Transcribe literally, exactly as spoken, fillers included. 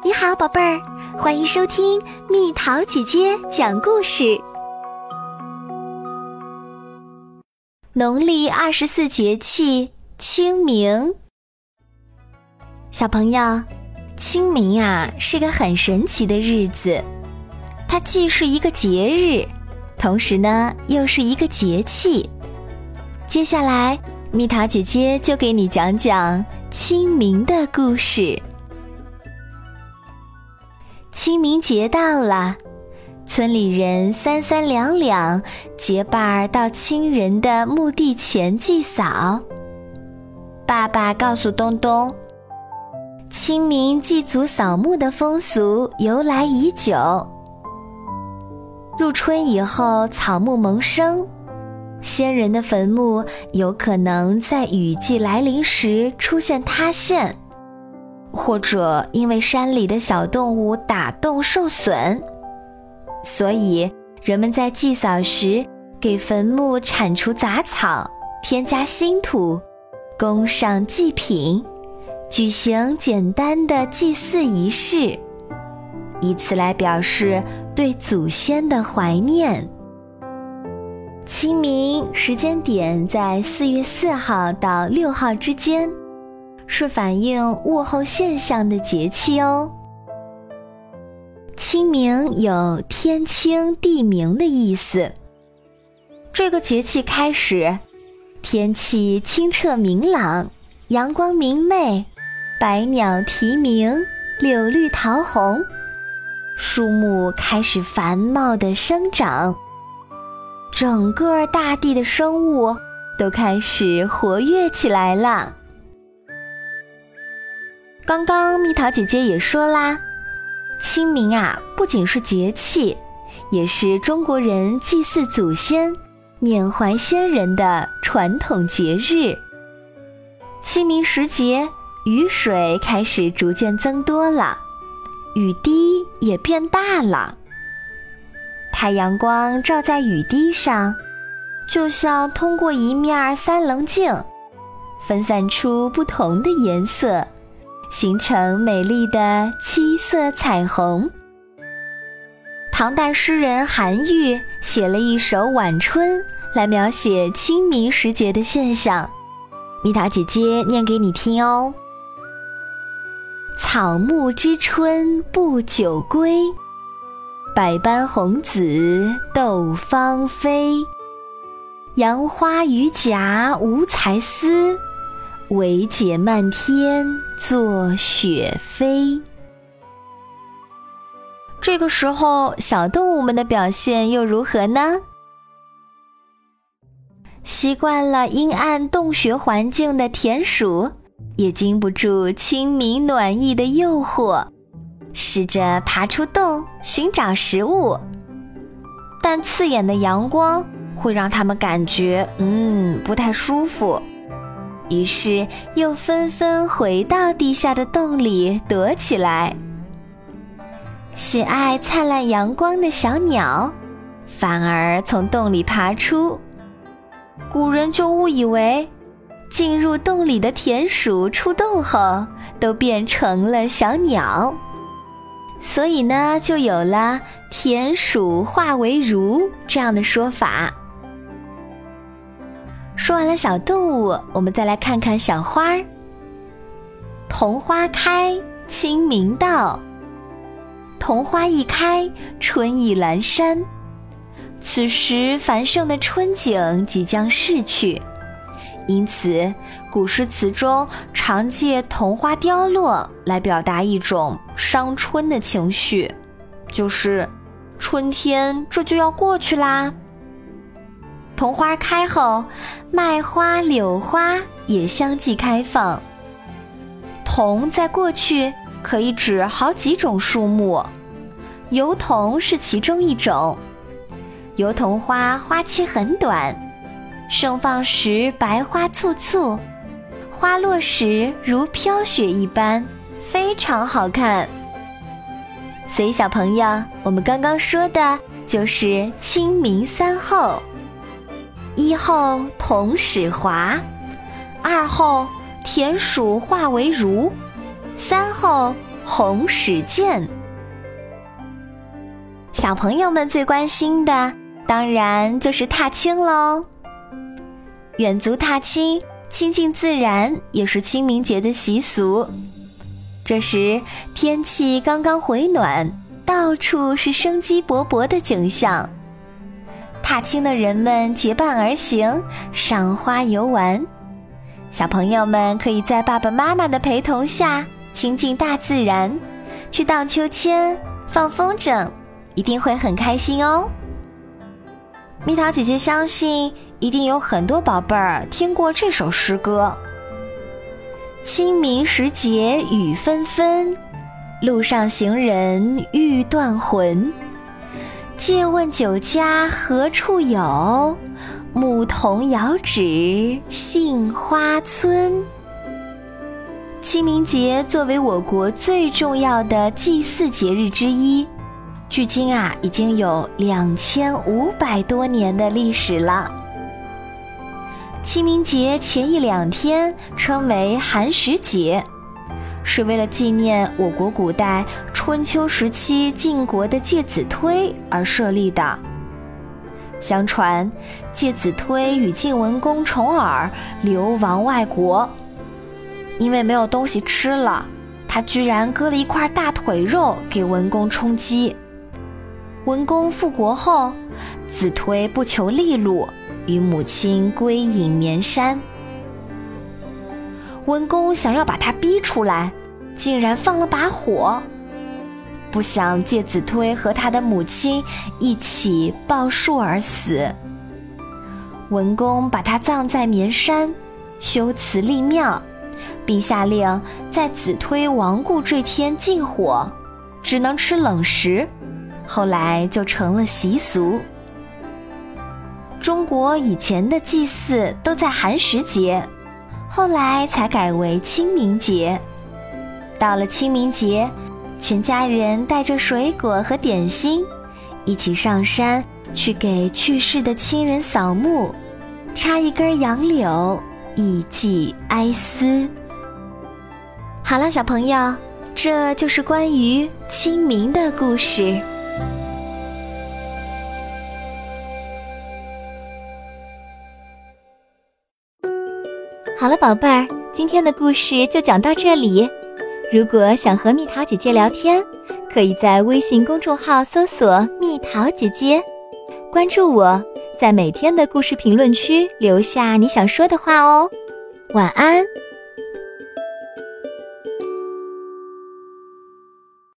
你好，宝贝儿，欢迎收听蜜桃姐姐讲故事。农历二十四节气清明。小朋友，清明啊是个很神奇的日子，它既是一个节日，同时呢又是一个节气。接下来蜜桃姐姐就给你讲讲清明的故事。清明节到了，村里人三三两两结伴儿到亲人的墓地前祭扫。爸爸告诉东东，清明祭祖扫墓的风俗由来已久。入春以后，草木萌生，先人的坟墓有可能在雨季来临时出现塌陷，或者因为山里的小动物打洞受损，所以人们在祭扫时给坟墓铲除杂草，添加新土，供上祭品，举行简单的祭祀仪式，以此来表示对祖先的怀念。清明时间点在四月四号到六号之间，是反映物候现象的节气哦。清明有天清地明的意思。这个节气开始，天气清澈明朗，阳光明媚，百鸟啼鸣，柳绿桃红，树木开始繁茂的生长，整个大地的生物都开始活跃起来了。刚刚蜜桃姐姐也说啦，清明啊不仅是节气，也是中国人祭祀祖先、缅怀先人的传统节日。清明时节，雨水开始逐渐增多了，雨滴也变大了。太阳光照在雨滴上，就像通过一面三棱镜，分散出不同的颜色，形成美丽的七色彩虹。唐代诗人韩愈写了一首《晚春》来描写清明时节的现象，蜜桃姐姐念给你听哦。草木知春不久归，百般红紫斗芳菲。杨花榆荚无才思，惟解漫天作雪飞。这个时候，小动物们的表现又如何呢？习惯了阴暗洞穴环境的田鼠，也经不住清明暖意的诱惑，试着爬出洞寻找食物，但刺眼的阳光会让它们感觉嗯不太舒服，于是又纷纷回到地下的洞里躲起来。喜爱灿烂阳光的小鸟反而从洞里爬出，古人就误以为进入洞里的田鼠出洞后都变成了小鸟，所以呢就有了田鼠化为儒这样的说法。说完了小动物，我们再来看看小花。桐花开，清明到。桐花一开，春意阑珊。此时繁盛的春景即将逝去，因此古诗词中常借桐花凋落来表达一种伤春的情绪，就是春天这就要过去啦。桐花开后，麦花、柳花也相继开放。桐在过去可以指好几种树木，油桐是其中一种。油桐花花期很短，盛放时白花簇簇，花落时如飘雪一般，非常好看。所以小朋友，我们刚刚说的就是清明三候。一候桐始华，二候田鼠化为儒，三候红史健。小朋友们最关心的当然就是踏青喽。远足踏青，亲近自然，也是清明节的习俗。这时天气刚刚回暖，到处是生机勃勃的景象。踏青的人们结伴而行，赏花游玩。小朋友们可以在爸爸妈妈的陪同下亲近大自然，去荡秋千、放风筝，一定会很开心哦。蜜桃姐姐相信一定有很多宝贝儿听过这首诗歌。清明时节雨纷纷，路上行人欲断魂。借问酒家何处有？牧童遥指杏花村。清明节作为我国最重要的祭祀节日之一，距今啊已经有两千五百多年的历史了。清明节前一两天称为寒食节，是为了纪念我国古代春秋时期晋国的介子推而设立的。相传介子推与晋文公重耳流亡外国，因为没有东西吃了，他居然割了一块大腿肉给文公充饥。文公复国后，子推不求利禄，与母亲归隐绵山。文公想要把他逼出来，竟然放了把火，不想介子推和他的母亲一起抱树而死。文公把他葬在绵山，修祠立庙，并下令在子推亡故这天禁火，只能吃冷食，后来就成了习俗。中国以前的祭祀都在寒食节，后来才改为清明节。到了清明节，全家人带着水果和点心，一起上山去给去世的亲人扫墓，插一根杨柳，以寄哀思。好了，小朋友，这就是关于清明的故事。 好了，宝贝儿，今天的故事就讲到这里。如果想和蜜桃姐姐聊天，可以在微信公众号搜索蜜桃姐姐，关注我，在每天的故事评论区留下你想说的话哦。晚安。